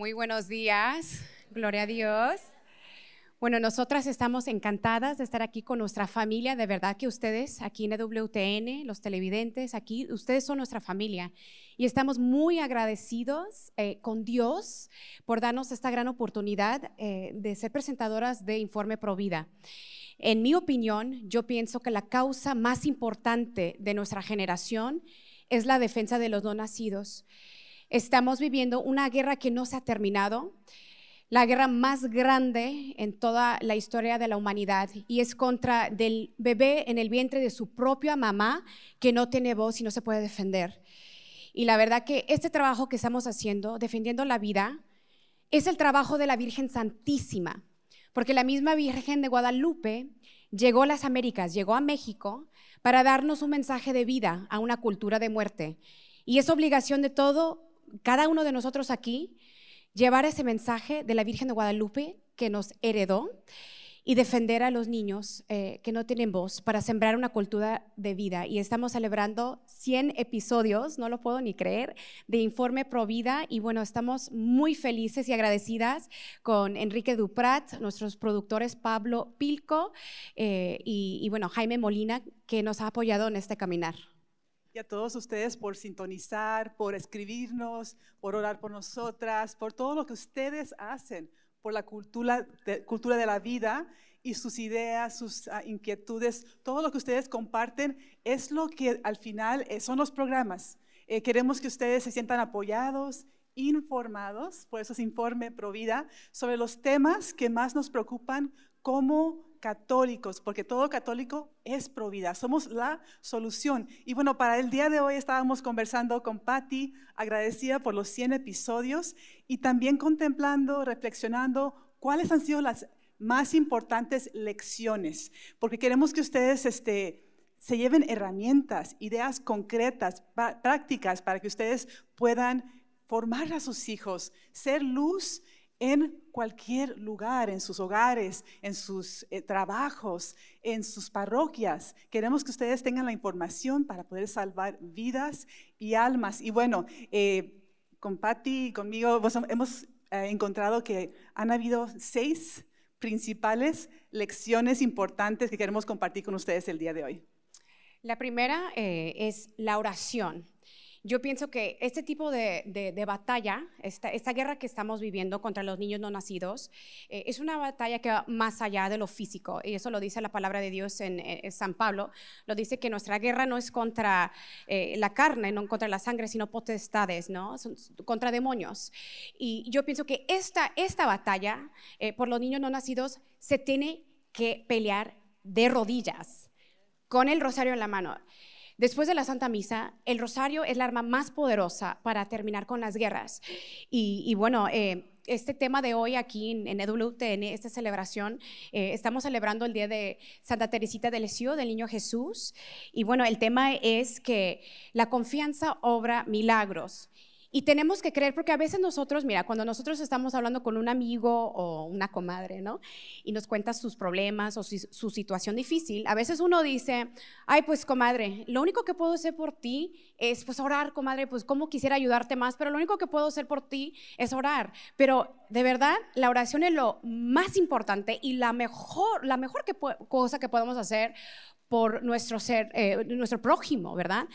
Muy buenos días, gloria a Dios. Bueno, nosotras estamos encantadas de estar aquí con nuestra familia. De verdad que ustedes aquí en EWTN, los televidentes aquí, ustedes son nuestra familia. Y estamos muy agradecidos con Dios por darnos esta gran oportunidad de ser presentadoras de Informe Provida. En mi opinión, yo pienso que la causa más importante de nuestra generación es la defensa de los no nacidos. Estamos viviendo una guerra que no se ha terminado, la guerra más grande en toda la historia de la humanidad, y es contra del bebé en el vientre de su propia mamá que no tiene voz y no se puede defender. Y la verdad que este trabajo que estamos haciendo, defendiendo la vida, es el trabajo de la Virgen Santísima, porque la misma Virgen de Guadalupe llegó a las Américas, llegó a México para darnos un mensaje de vida a una cultura de muerte. Y es obligación de cada uno de nosotros aquí, llevar ese mensaje de la Virgen de Guadalupe que nos heredó y defender a los niños que no tienen voz para sembrar una cultura de vida. Y estamos celebrando 100 episodios, no lo puedo ni creer, de Informe Provida. Y bueno, estamos muy felices y agradecidas con Enrique Duprat, nuestros productores Pablo Pilco y bueno, Jaime Molina, que nos ha apoyado en este caminar. Y a todos ustedes por sintonizar, por escribirnos, por orar por nosotras, por todo lo que ustedes hacen, por la cultura de la vida y sus ideas, sus inquietudes, todo lo que ustedes comparten es lo que al final son los programas. Queremos que ustedes se sientan apoyados, informados, por eso es Informe Provida, sobre los temas que más nos preocupan como católicos, porque todo católico es provida, somos la solución. Y bueno, para el día de hoy estábamos conversando con Patti, agradecida por los 100 episodios y también contemplando, reflexionando cuáles han sido las más importantes lecciones, porque queremos que ustedes se lleven herramientas, ideas concretas, prácticas para que ustedes puedan formar a sus hijos, ser luz en cualquier lugar, en sus hogares, en sus trabajos, en sus parroquias. Queremos que ustedes tengan la información para poder salvar vidas y almas. Y bueno, con Patti y conmigo hemos encontrado que han habido 6 principales lecciones importantes que queremos compartir con ustedes el día de hoy. La primera es la oración. Yo pienso que este tipo de batalla, esta guerra que estamos viviendo contra los niños no nacidos, es una batalla que va más allá de lo físico, y eso lo dice la palabra de Dios en San Pablo. Lo dice que nuestra guerra no es contra la carne, no contra la sangre, sino potestades, ¿no? Son contra demonios. Y yo pienso que esta batalla por los niños no nacidos se tiene que pelear de rodillas, con el rosario en la mano. Después de la Santa Misa, el rosario es la arma más poderosa para terminar con las guerras. Y bueno, este tema de hoy aquí en EWTN, esta celebración, estamos celebrando el día de Santa Teresita de Lisieux, del Niño Jesús. Y bueno, el tema es que la confianza obra milagros. Y tenemos que creer, porque a veces nosotros, mira, cuando nosotros estamos hablando con un amigo o una comadre, ¿no? Y nos cuenta sus problemas o su situación difícil, a veces uno dice, ay, pues comadre, lo único que puedo hacer por ti es pues orar, comadre, pues cómo quisiera ayudarte más, pero lo único que puedo hacer por ti es orar. Pero de verdad, la oración es lo más importante y la mejor cosa que podemos hacer por nuestro nuestro prójimo, ¿verdad?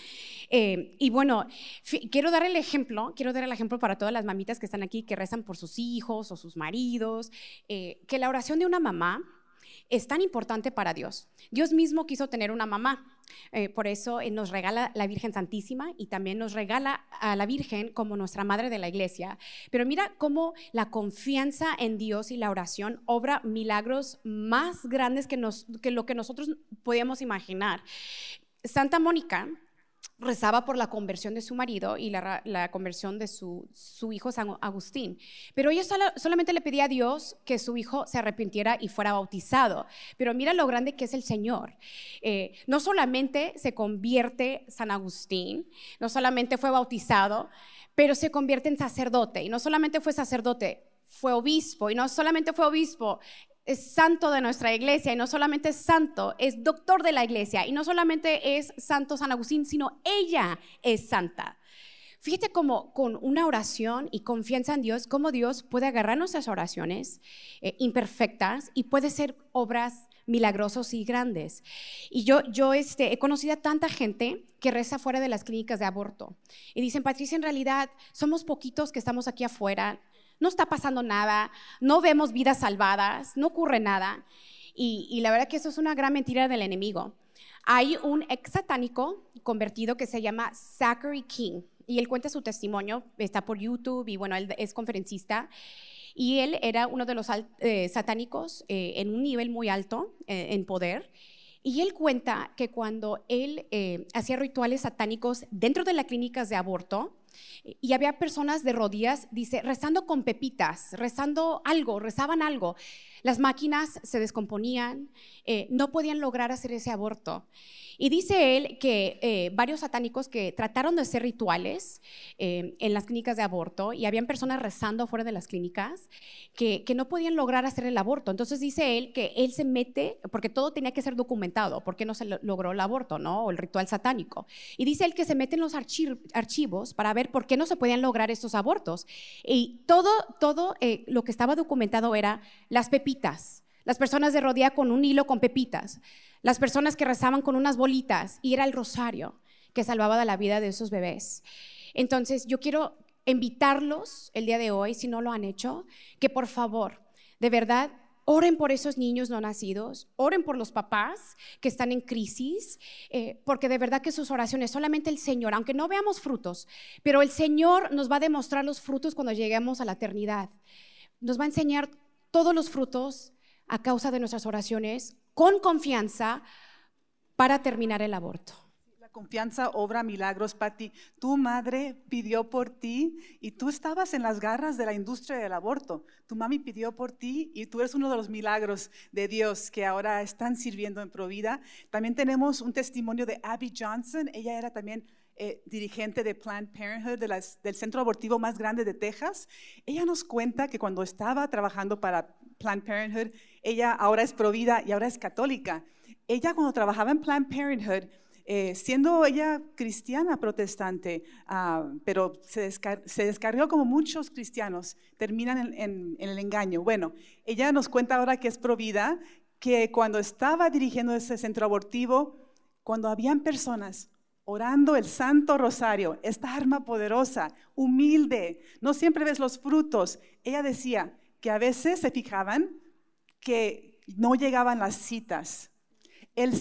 Y bueno, quiero dar el ejemplo para todas las mamitas que están aquí, que rezan por sus hijos o sus maridos, que la oración de una mamá es tan importante para Dios. Dios mismo quiso tener una mamá. Por eso nos regala la Virgen Santísima y también nos regala a la Virgen como nuestra madre de la iglesia. Pero mira cómo la confianza en Dios y la oración obra milagros más grandes que lo que nosotros podíamos imaginar. Santa Mónica rezaba por la conversión de su marido y la conversión de su hijo San Agustín, pero ella solamente le pedía a Dios que su hijo se arrepintiera y fuera bautizado. Pero mira lo grande que es el Señor. No solamente se convierte San Agustín, no solamente fue bautizado, pero se convierte en sacerdote, y no solamente fue sacerdote, fue obispo, y no solamente fue obispo, es santo de nuestra iglesia, y no solamente es santo, es doctor de la iglesia, y no solamente es santo San Agustín, sino ella es santa. Fíjate cómo con una oración y confianza en Dios, cómo Dios puede agarrar nuestras oraciones imperfectas y puede ser obras milagrosas y grandes. Y yo he conocido a tanta gente que reza fuera de las clínicas de aborto. Y dicen, Patricia, en realidad somos poquitos que estamos aquí afuera, no está pasando nada, no vemos vidas salvadas, no ocurre nada. Y la verdad que eso es una gran mentira del enemigo. Hay un ex satánico convertido que se llama Zachary King. Y él cuenta su testimonio, está por YouTube y bueno, él es conferencista. Y él era uno de los satánicos en un nivel muy alto en poder. Y él cuenta que cuando él hacía rituales satánicos dentro de las clínicas de aborto, y había personas de rodillas, dice, rezando con pepitas, rezaban algo. Las máquinas se descomponían, no podían lograr hacer ese aborto. Y dice él que varios satánicos que trataron de hacer rituales en las clínicas de aborto y habían personas rezando fuera de las clínicas que no podían lograr hacer el aborto. Entonces dice él que él se mete, porque todo tenía que ser documentado, porque no se logró el aborto, ¿no? O el ritual satánico. Y dice él que se mete en los archivos para ver por qué no se podían lograr estos abortos. Y todo lo que estaba documentado era las pepitas, las personas de rodilla con un hilo con pepitas, las personas que rezaban con unas bolitas, y era el rosario que salvaba la vida de esos bebés. Entonces yo quiero invitarlos el día de hoy, si no lo han hecho, que por favor, de verdad, oren por esos niños no nacidos, oren por los papás que están en crisis, porque de verdad que sus oraciones, solamente el Señor, aunque no veamos frutos, pero el Señor nos va a demostrar los frutos cuando lleguemos a la eternidad. Nos va a enseñar todos los frutos a causa de nuestras oraciones, con confianza, para terminar el aborto. La confianza obra milagros, Pati. Tu madre pidió por ti y tú estabas en las garras de la industria del aborto. Tu mami pidió por ti y tú eres uno de los milagros de Dios que ahora están sirviendo en Provida. También tenemos un testimonio de Abby Johnson. Ella era también dirigente de Planned Parenthood, del centro abortivo más grande de Texas. Ella nos cuenta que cuando estaba trabajando para Planned Parenthood, ella ahora es Provida y ahora es católica. Ella cuando trabajaba en Planned Parenthood, siendo ella cristiana protestante, pero se descarrió como muchos cristianos, terminan en el engaño. Bueno, ella nos cuenta ahora que es Provida, que cuando estaba dirigiendo ese centro abortivo, cuando habían personas orando el Santo Rosario, esta arma poderosa, humilde, no siempre ves los frutos. Ella decía que a veces se fijaban que no llegaban las citas. El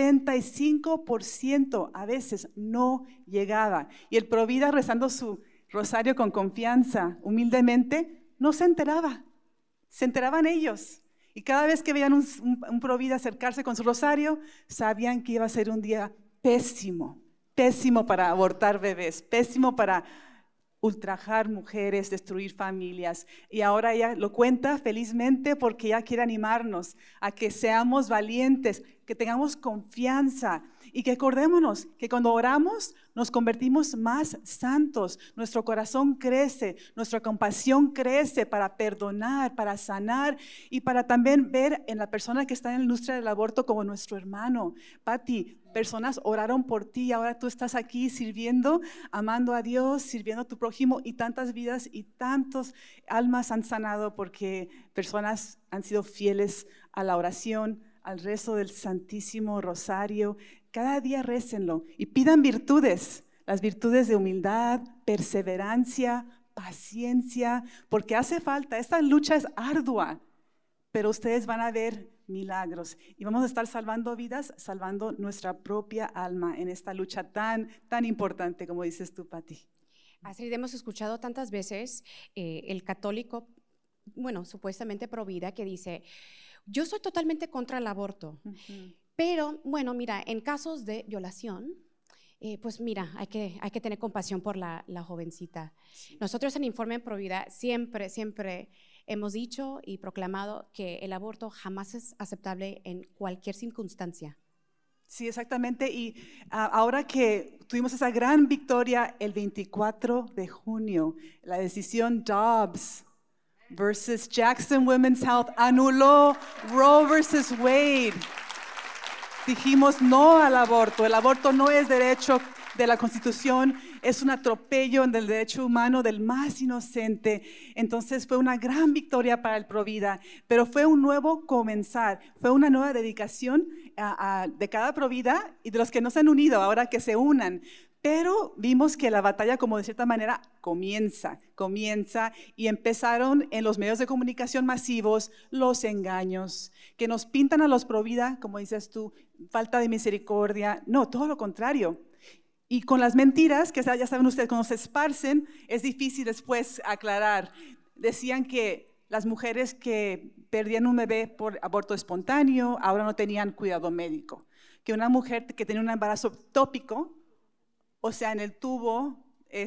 75% a veces no llegaba. Y el Provida, rezando su rosario con confianza, humildemente, no se enteraba. Se enteraban ellos. Y cada vez que veían un Provida acercarse con su rosario, sabían que iba a ser un día pésimo. Pésimo para abortar bebés, pésimo para ultrajar mujeres, destruir familias. Y ahora ella lo cuenta felizmente porque ella quiere animarnos a que seamos valientes, que tengamos confianza y que acordémonos que cuando oramos nos convertimos más santos, nuestro corazón crece, nuestra compasión crece para perdonar, para sanar y para también ver en la persona que está en la industria del aborto como nuestro hermano. Pati, personas oraron por ti y ahora tú estás aquí sirviendo, amando a Dios, sirviendo a tu prójimo, y tantas vidas y tantas almas han sanado porque personas han sido fieles a la oración, al rezo del Santísimo Rosario. Cada día récenlo y pidan virtudes, las virtudes de humildad, perseverancia, paciencia, porque hace falta. Esta lucha es ardua, pero ustedes van a ver milagros y vamos a estar salvando vidas, salvando nuestra propia alma en esta lucha tan importante, como dices tú, Pati. Astrid, hemos escuchado tantas veces el católico, bueno, supuestamente pro vida, que dice, yo soy totalmente contra el aborto, pero bueno, mira, en casos de violación, pues mira, hay que tener compasión por la jovencita. Sí. Nosotros en Informe en Provida siempre hemos dicho y proclamado que el aborto jamás es aceptable en cualquier circunstancia. Sí, exactamente. Y ahora que tuvimos esa gran victoria el 24 de junio, la decisión Dobbs versus Jackson Women's Health anuló Roe versus Wade. Dijimos no al aborto. El aborto no es derecho de la Constitución es un atropello del derecho humano del más inocente. Entonces fue una gran victoria para el Provida, pero fue un nuevo comenzar, fue una nueva dedicación de cada Provida y de los que no se han unido, ahora que se unan. Pero vimos que la batalla, como de cierta manera, comienza y empezaron en los medios de comunicación masivos los engaños, que nos pintan a los Provida, como dices tú, falta de misericordia. No, todo lo contrario. Y con las mentiras, que ya saben ustedes, cuando se esparcen, es difícil después aclarar. Decían que las mujeres que perdían un bebé por aborto espontáneo, ahora no tenían cuidado médico. Que una mujer que tenía un embarazo ectópico, o sea, en el tubo,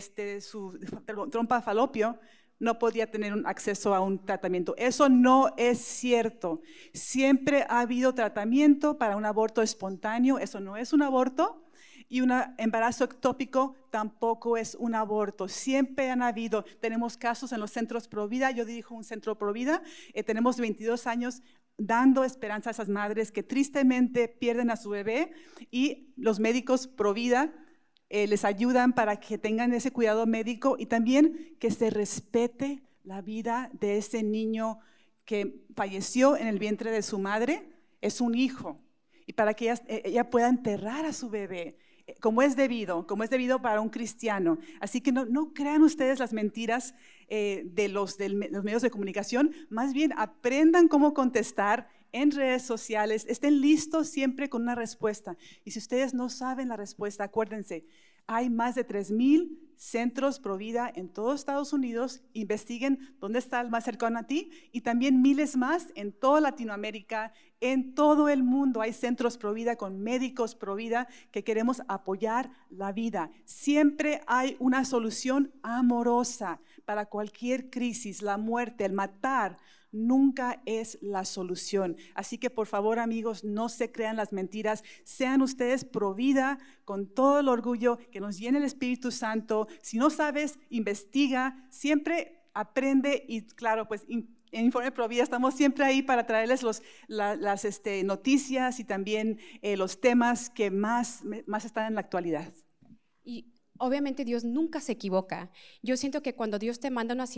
su trompa falopio, no podía tener un acceso a un tratamiento. Eso no es cierto. Siempre ha habido tratamiento para un aborto espontáneo. Eso no es un aborto. Y un embarazo ectópico tampoco es un aborto. Siempre han habido, tenemos casos en los centros Provida. Yo dirijo un centro Provida. Tenemos 22 años dando esperanza a esas madres que tristemente pierden a su bebé, y los médicos Provida les ayudan para que tengan ese cuidado médico y también que se respete la vida de ese niño que falleció en el vientre de su madre. Es un hijo, y para que ella pueda enterrar a su bebé como es debido para un cristiano. Así que no crean ustedes las mentiras de los medios de comunicación. Más bien aprendan cómo contestar en redes sociales, estén listos siempre con una respuesta. Y si ustedes no saben la respuesta, acuérdense, hay más de 3,000 centros Provida en todos Estados Unidos. Investiguen dónde está el más cercano a ti, y también miles más en toda Latinoamérica, en todo el mundo. Hay centros Provida con médicos Provida que queremos apoyar la vida. Siempre hay una solución amorosa para cualquier crisis. La muerte, el matar, nunca es la solución. Así que por favor, amigos, no se crean las mentiras. Sean ustedes Provida con todo el orgullo que nos llene el Espíritu Santo. Si no sabes, investiga, siempre aprende. Y claro, pues en Informe Provida estamos siempre ahí para traerles las noticias y también los temas que más están en la actualidad. Y obviamente Dios nunca se equivoca. Yo siento que cuando Dios te manda una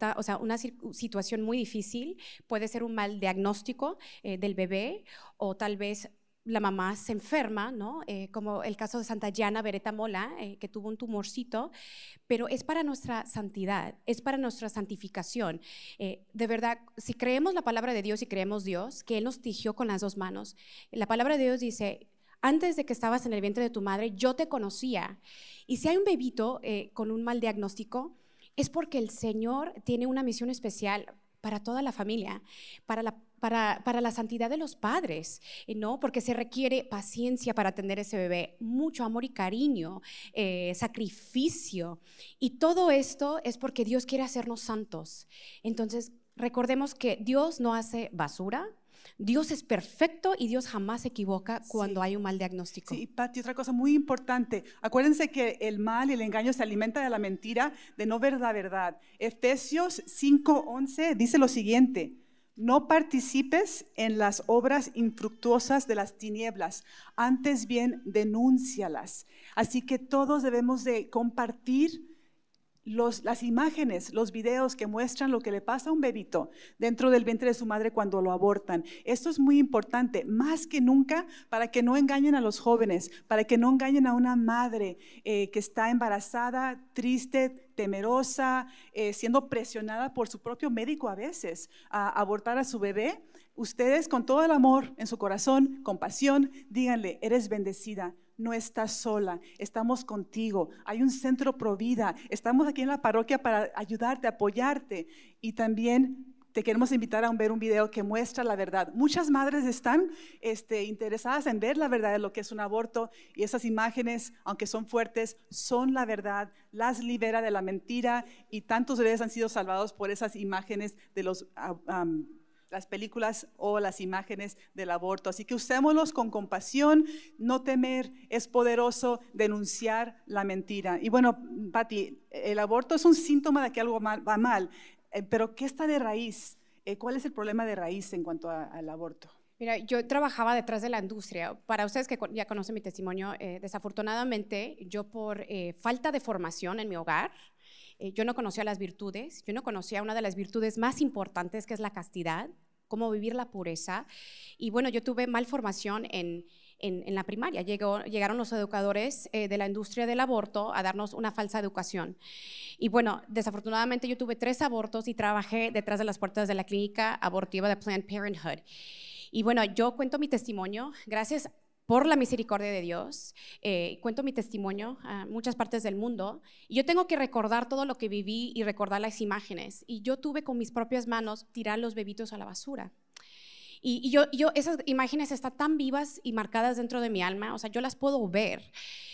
situación muy difícil, puede ser un mal diagnóstico del bebé, o tal vez la mamá se enferma, ¿no? Como el caso de Santa Yana Beretta Mola, que tuvo un tumorcito, pero es para nuestra santidad, es para nuestra santificación. De verdad, si creemos la palabra de Dios y creemos Dios, que Él nos tejió con las dos manos, la palabra de Dios dice: antes de que estabas en el vientre de tu madre, yo te conocía. Y si hay un bebito con un mal diagnóstico, es porque el Señor tiene una misión especial para toda la familia, para la santidad de los padres, ¿no? Porque se requiere paciencia para atender ese bebé, mucho amor y cariño, sacrificio. Y todo esto es porque Dios quiere hacernos santos. Entonces, recordemos que Dios no hace basura. Dios es perfecto y Dios jamás se equivoca cuando hay un mal diagnóstico. Sí, Pati, otra cosa muy importante. Acuérdense que el mal y el engaño se alimenta de la mentira, de no ver la verdad. Efesios 5:11 dice lo siguiente: no participes en las obras infructuosas de las tinieblas, antes bien denúncialas. Así que todos debemos de compartir las imágenes, los videos que muestran lo que le pasa a un bebito dentro del vientre de su madre cuando lo abortan. Esto es muy importante, más que nunca, para que no engañen a los jóvenes, para que no engañen a una madre que está embarazada, triste, temerosa, siendo presionada por su propio médico a veces a abortar a su bebé. Ustedes, con todo el amor en su corazón, compasión, díganle: eres bendecida, no estás sola, estamos contigo, hay un centro Provida, estamos aquí en la parroquia para ayudarte, apoyarte. Y también te queremos invitar a ver un video que muestra la verdad. Muchas madres están interesadas en ver la verdad de lo que es un aborto, y esas imágenes, aunque son fuertes, son la verdad, las libera de la mentira, y tantos bebés han sido salvados por esas imágenes de las películas o las imágenes del aborto. Así que usémoslos con compasión, no temer, es poderoso denunciar la mentira. Y bueno, Pati, el aborto es un síntoma de que algo va mal, pero ¿qué está de raíz? ¿Cuál es el problema de raíz en cuanto al aborto? Mira, yo trabajaba detrás de la industria. Para ustedes que ya conocen mi testimonio, desafortunadamente yo por falta de formación en mi hogar, yo no conocía las virtudes, yo no conocía una de las virtudes más importantes que es la castidad, cómo vivir la pureza. Y bueno, yo tuve mal formación en la primaria. Llegaron los educadores de la industria del aborto a darnos una falsa educación. Y bueno, desafortunadamente yo tuve 3 abortos y trabajé detrás de las puertas de la clínica abortiva de Planned Parenthood. Y bueno, yo cuento mi testimonio, gracias por la misericordia de Dios, cuento mi testimonio a muchas partes del mundo, y yo tengo que recordar todo lo que viví y recordar las imágenes, y yo tuve con mis propias manos tirar los bebitos a la basura. Y yo esas imágenes están tan vivas y marcadas dentro de mi alma, o sea, yo las puedo ver.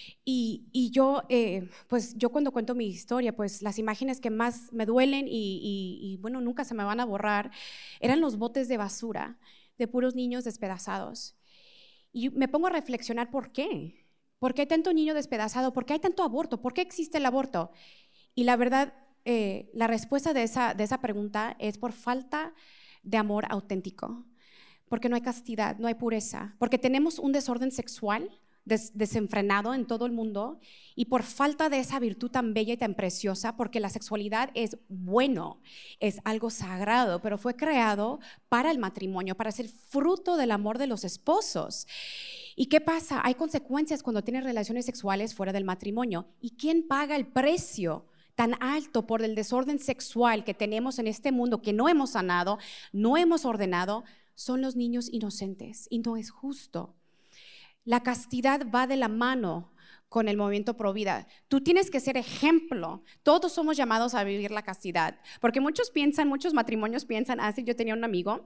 Y yo, pues yo cuando cuento mi historia, pues las imágenes que más me duelen y bueno, nunca se me van a borrar, eran los botes de basura de puros niños despedazados. Y me pongo a reflexionar por qué. ¿Por qué hay tanto niño despedazado? ¿Por qué hay tanto aborto? ¿Por qué existe el aborto? Y la verdad, la respuesta de esa pregunta es por falta de amor auténtico. Porque no hay castidad, no hay pureza. Porque tenemos un desorden sexual desenfrenado en todo el mundo y por falta de esa virtud tan bella y tan preciosa, porque la sexualidad es bueno, es algo sagrado, pero fue creado para el matrimonio, para ser fruto del amor de los esposos. ¿Y qué pasa? Hay consecuencias cuando tienes relaciones sexuales fuera del matrimonio. ¿Y quién paga el precio tan alto por el desorden sexual que tenemos en este mundo, que no hemos sanado, no hemos ordenado? Son los niños inocentes y no es justo. La castidad va de la mano con el movimiento pro vida. Tú tienes que ser ejemplo. Todos somos llamados a vivir la castidad, porque muchos matrimonios piensan, sí, yo tenía un amigo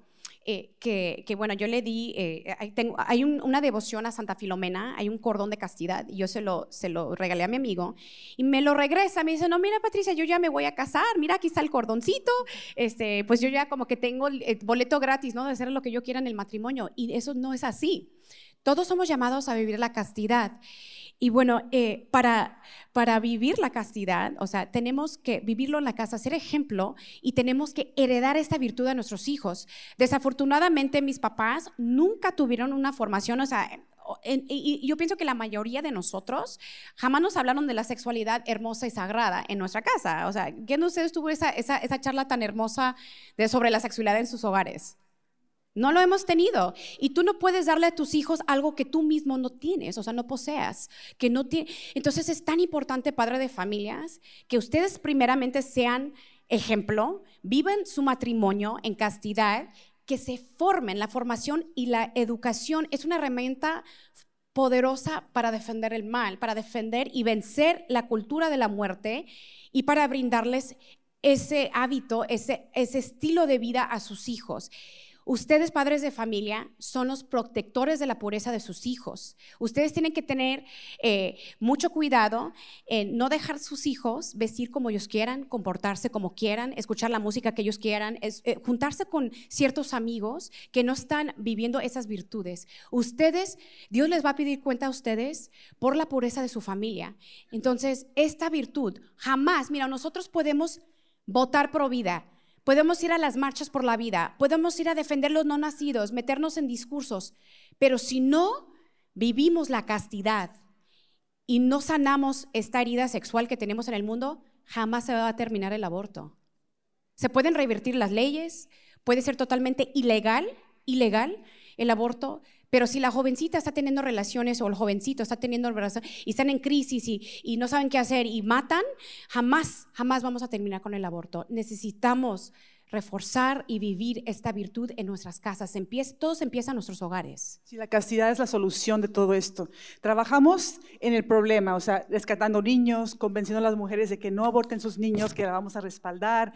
que bueno, yo le di, hay una devoción a Santa Filomena, hay un cordón de castidad, y yo se lo regalé a mi amigo, y me lo regresa, me dice, no, mira Patricia, yo ya me voy a casar, mira, aquí está el cordoncito, pues yo ya como que tengo el boleto gratis, ¿no? De hacer lo que yo quiera en el matrimonio, y eso no es así. Todos somos llamados a vivir la castidad. Y bueno, para vivir la castidad, o sea, tenemos que vivirlo en la casa, ser ejemplo, y tenemos que heredar esta virtud a nuestros hijos. Desafortunadamente, mis papás nunca tuvieron una formación, o sea, y yo pienso que la mayoría de nosotros jamás nos hablaron de la sexualidad hermosa y sagrada en nuestra casa. O sea, ¿quién de ustedes tuvo esa charla tan hermosa sobre la sexualidad en sus hogares? No lo hemos tenido, y tú no puedes darle a tus hijos algo que tú mismo no tienes, o sea, no poseas, que no tiene. Entonces es tan importante, padre de familias, que ustedes primeramente sean ejemplo, vivan su matrimonio en castidad, que se formen. La formación y la educación es una herramienta poderosa para defender el mal, para defender y vencer la cultura de la muerte, y para brindarles ese hábito, ese estilo de vida a sus hijos. Ustedes, padres de familia, son los protectores de la pureza de sus hijos. Ustedes tienen que tener mucho cuidado en no dejar sus hijos vestir como ellos quieran, comportarse como quieran, escuchar la música que ellos quieran, juntarse con ciertos amigos que no están viviendo esas virtudes. Ustedes, Dios les va a pedir cuenta a ustedes por la pureza de su familia. Entonces, esta virtud jamás, mira, nosotros podemos votar pro vida, podemos ir a las marchas por la vida, podemos ir a defender los no nacidos, meternos en discursos, pero si no vivimos la castidad y no sanamos esta herida sexual que tenemos en el mundo, jamás se va a terminar el aborto. Se pueden revertir las leyes, puede ser totalmente ilegal el aborto, pero si la jovencita está teniendo relaciones o el jovencito está teniendo relaciones y están en crisis y no saben qué hacer y matan, jamás vamos a terminar con el aborto. Necesitamos reforzar y vivir esta virtud en nuestras casas. Todo se empieza en nuestros hogares. Sí, la castidad es la solución de todo esto. Trabajamos en el problema, o sea, rescatando niños, convenciendo a las mujeres de que no aborten sus niños, que la vamos a respaldar,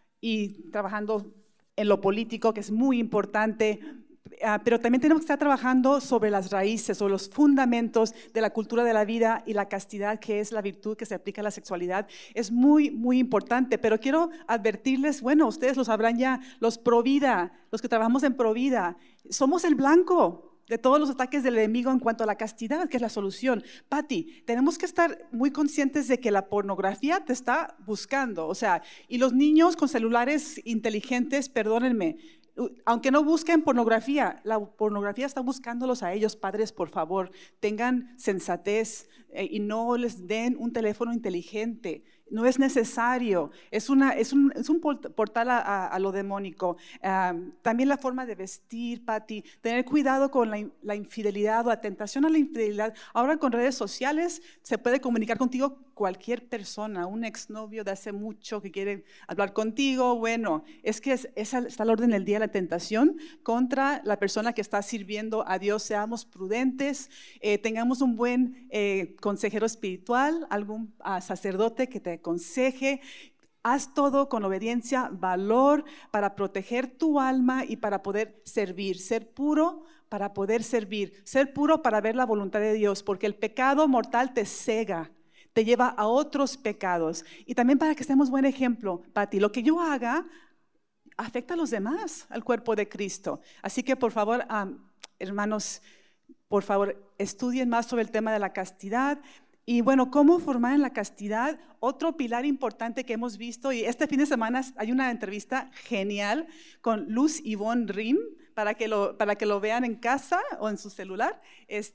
y trabajando en lo político, que es muy importante. Pero también tenemos que estar trabajando sobre las raíces, sobre los fundamentos de la cultura de la vida, y la castidad, que es la virtud que se aplica a la sexualidad, es muy, muy importante. Pero quiero advertirles, bueno, ustedes lo sabrán ya, los pro vida, los que trabajamos en pro vida, somos el blanco de todos los ataques del enemigo en cuanto a la castidad, que es la solución. Patti, tenemos que estar muy conscientes de que la pornografía te está buscando, o sea, y los niños con celulares inteligentes, perdónenme, Aunque no busquen pornografía, la pornografía está buscándolos a ellos. Padres, por favor, tengan sensatez y no les den un teléfono inteligente. No es necesario, es un portal a lo demónico. También la forma de vestir, Pati, tener cuidado con la infidelidad o la tentación a la infidelidad. Ahora con redes sociales se puede comunicar contigo cualquier persona, un exnovio de hace mucho que quiere hablar contigo. Bueno, es que esa está al orden del día, la tentación contra la persona que está sirviendo a Dios. Seamos prudentes, tengamos un buen consejero espiritual, algún sacerdote que te aconseje. Haz todo con obediencia, valor para proteger tu alma y para poder servir. Ser puro para poder servir, ser puro para ver la voluntad de Dios, porque el pecado mortal te cega, te lleva a otros pecados. Y también para que seamos buen ejemplo, Pati, lo que yo haga afecta a los demás, al cuerpo de Cristo. Así que por favor, hermanos, por favor, estudien más sobre el tema de la castidad. Y bueno, ¿cómo formar en la castidad? Otro pilar importante que hemos visto, y este fin de semana hay una entrevista genial con Luz Yvonne Rim, para que lo vean en casa o en su celular. Es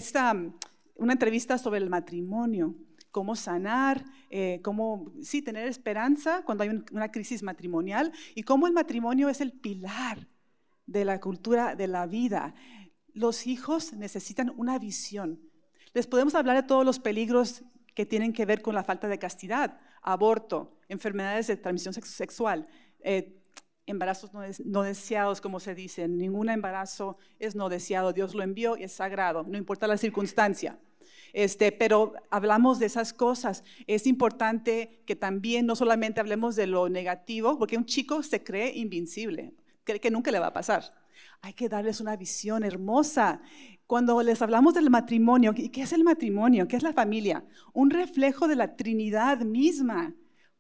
una entrevista sobre el matrimonio, cómo sanar, cómo tener esperanza cuando hay una crisis matrimonial, y cómo el matrimonio es el pilar de la cultura de la vida. Los hijos necesitan una visión. Les podemos hablar de todos los peligros que tienen que ver con la falta de castidad: aborto, enfermedades de transmisión sexual, embarazos no deseados, como se dice. Ningún embarazo es no deseado, Dios lo envió y es sagrado, no importa la circunstancia. Pero hablamos de esas cosas. Es importante que también no solamente hablemos de lo negativo, porque un chico se cree invencible, cree que nunca le va a pasar. Hay que darles una visión hermosa. Cuando les hablamos del matrimonio, ¿qué es el matrimonio? ¿Qué es la familia? Un reflejo de la Trinidad misma.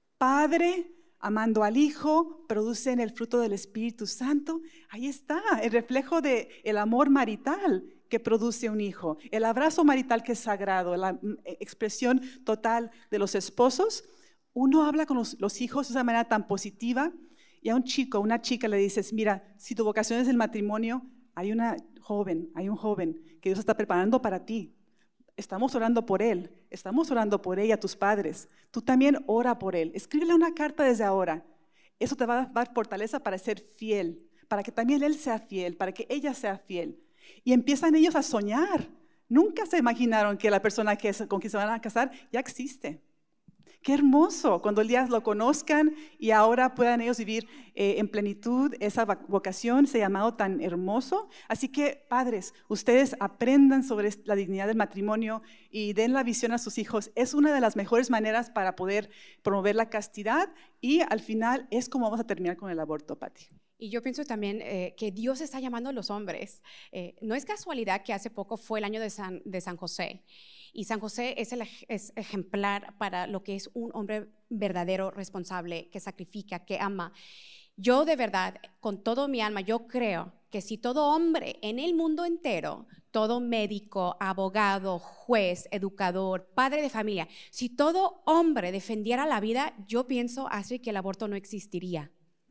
Padre amando al Hijo, producen el fruto del Espíritu Santo. Ahí está, el reflejo del amor marital que produce un hijo. El abrazo marital que es sagrado, la expresión total de los esposos. Uno habla con los hijos de esa manera tan positiva, y a un chico, una chica le dices: mira, si tu vocación es el matrimonio, hay un joven que Dios está preparando para ti. Estamos orando por él, estamos orando por ella, tus padres. Tú también ora por él. Escríbele una carta desde ahora. Eso te va a dar fortaleza para ser fiel, para que también él sea fiel, para que ella sea fiel. Y empiezan ellos a soñar. Nunca se imaginaron que la persona con quien se van a casar ya existe. Qué hermoso cuando el día lo conozcan y ahora puedan ellos vivir en plenitud esa vocación, ese llamado tan hermoso. Así que, padres, ustedes aprendan sobre la dignidad del matrimonio y den la visión a sus hijos. Es una de las mejores maneras para poder promover la castidad, y al final es como vamos a terminar con el aborto, Pati. Y yo pienso también que Dios está llamando a los hombres. No es casualidad que hace poco fue el año de San José. Y San José es ejemplar para lo que es un hombre verdadero, responsable, que sacrifica, que ama. Yo de verdad, con todo mi alma, yo creo que si todo hombre en el mundo entero, todo médico, abogado, juez, educador, padre de familia, si todo hombre defendiera la vida, yo pienso así que el aborto no existiría.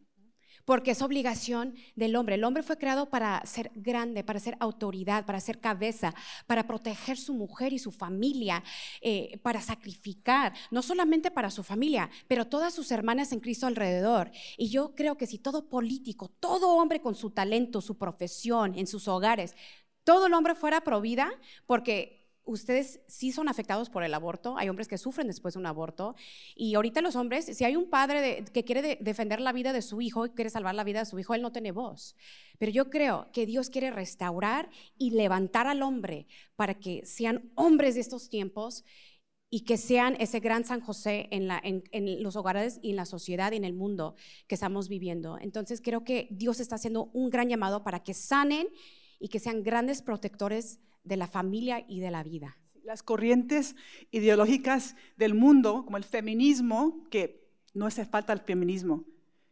Porque es obligación del hombre. El hombre fue creado para ser grande, para ser autoridad, para ser cabeza, para proteger su mujer y su familia, para sacrificar, no solamente para su familia, pero todas sus hermanas en Cristo alrededor. Y yo creo que si todo político, todo hombre con su talento, su profesión, en sus hogares, todo el hombre fuera pro vida, porque ustedes sí son afectados por el aborto, hay hombres que sufren después de un aborto, y ahorita los hombres, si hay un padre que quiere defender la vida de su hijo, quiere salvar la vida de su hijo, él no tiene voz. Pero yo creo que Dios quiere restaurar y levantar al hombre para que sean hombres de estos tiempos y que sean ese gran San José en los hogares y en la sociedad y en el mundo que estamos viviendo. Entonces creo que Dios está haciendo un gran llamado para que sanen y que sean grandes protectores de la familia y de la vida. Las corrientes ideológicas del mundo, como el feminismo, que no hace falta el feminismo,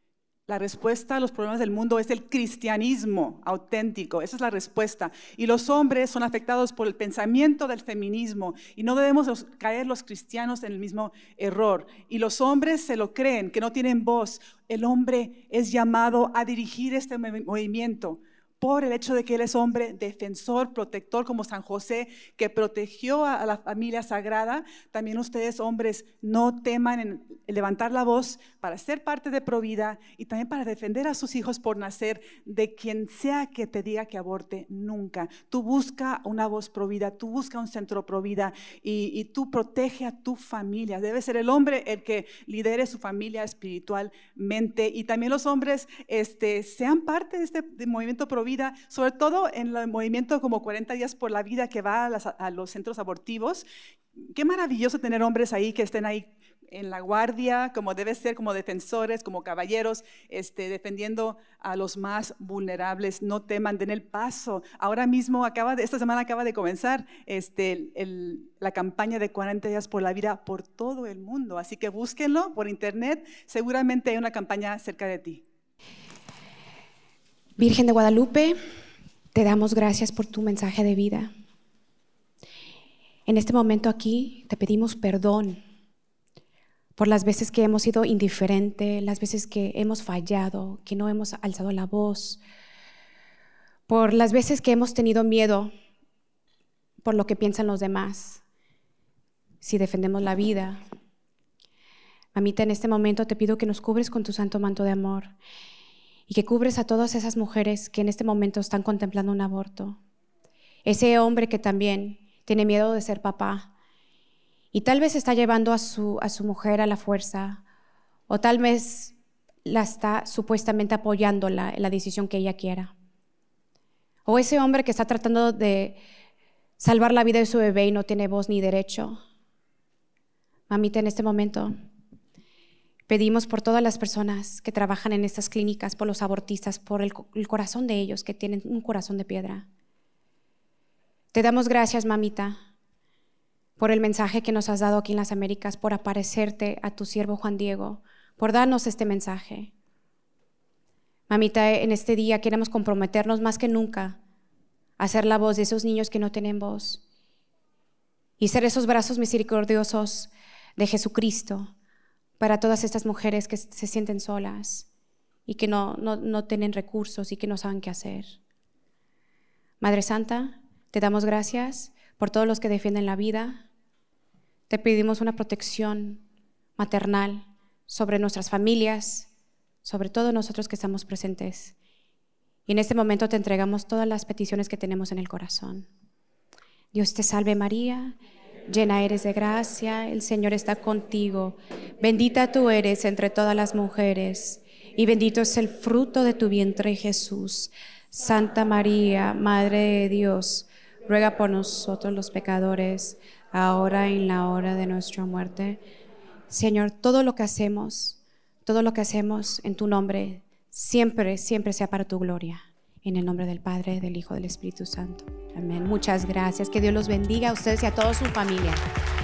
La respuesta a los problemas del mundo es el cristianismo auténtico. Esa es la respuesta. Y los hombres son afectados por el pensamiento del feminismo y no debemos caer los cristianos en el mismo error. Y los hombres se lo creen, que no tienen voz. El hombre es llamado a dirigir este movimiento por el hecho de que él es hombre, defensor, protector, como San José, que protegió a la familia sagrada. También ustedes, hombres, no teman en levantar la voz para ser parte de Provida y también para defender a sus hijos por nacer de quien sea que te diga que aborte, nunca. Tú busca una voz Provida, tú busca un centro Provida y tú protege a tu familia. Debe ser el hombre el que lidere su familia espiritualmente, y también los hombres sean parte de este movimiento Provida, sobre todo en el movimiento como 40 días por la vida que va a los centros abortivos. Qué maravilloso tener hombres ahí que estén ahí en la guardia, como debe ser, como defensores, como caballeros, defendiendo a los más vulnerables. No teman, den el paso. Ahora mismo, esta semana acaba de comenzar la campaña de 40 días por la vida por todo el mundo. Así que búsquenlo por internet, seguramente hay una campaña cerca de ti. Virgen de Guadalupe, te damos gracias por tu mensaje de vida. En este momento aquí te pedimos perdón por las veces que hemos sido indiferentes, las veces que hemos fallado, que no hemos alzado la voz, por las veces que hemos tenido miedo por lo que piensan los demás, si defendemos la vida. Mamita, en este momento te pido que nos cubres con tu santo manto de amor y que cubres a todas esas mujeres que en este momento están contemplando un aborto. Ese hombre que también tiene miedo de ser papá y tal vez está llevando a su mujer a la fuerza, o tal vez la está supuestamente apoyándola en la decisión que ella quiera. O ese hombre que está tratando de salvar la vida de su bebé y no tiene voz ni derecho. Mamita, en este momento pedimos por todas las personas que trabajan en estas clínicas, por los abortistas, por el corazón de ellos que tienen un corazón de piedra. Te damos gracias, mamita, por el mensaje que nos has dado aquí en las Américas, por aparecerte a tu siervo Juan Diego, por darnos este mensaje. Mamita, en este día queremos comprometernos más que nunca a ser la voz de esos niños que no tienen voz y ser esos brazos misericordiosos de Jesucristo para todas estas mujeres que se sienten solas y que no tienen recursos y que no saben qué hacer. Madre Santa, te damos gracias por todos los que defienden la vida. Te pedimos una protección maternal sobre nuestras familias, sobre todo nosotros que estamos presentes. Y en este momento te entregamos todas las peticiones que tenemos en el corazón. Dios te salve María, llena eres de gracia, el Señor está contigo. Bendita tú eres entre todas las mujeres y bendito es el fruto de tu vientre Jesús. Santa María, Madre de Dios, ruega por nosotros los pecadores, ahora y en la hora de nuestra muerte. Señor, todo lo que hacemos en tu nombre, siempre sea para tu gloria. En el nombre del Padre, del Hijo, del Espíritu Santo. Amén. Muchas gracias. Que Dios los bendiga a ustedes y a toda su familia.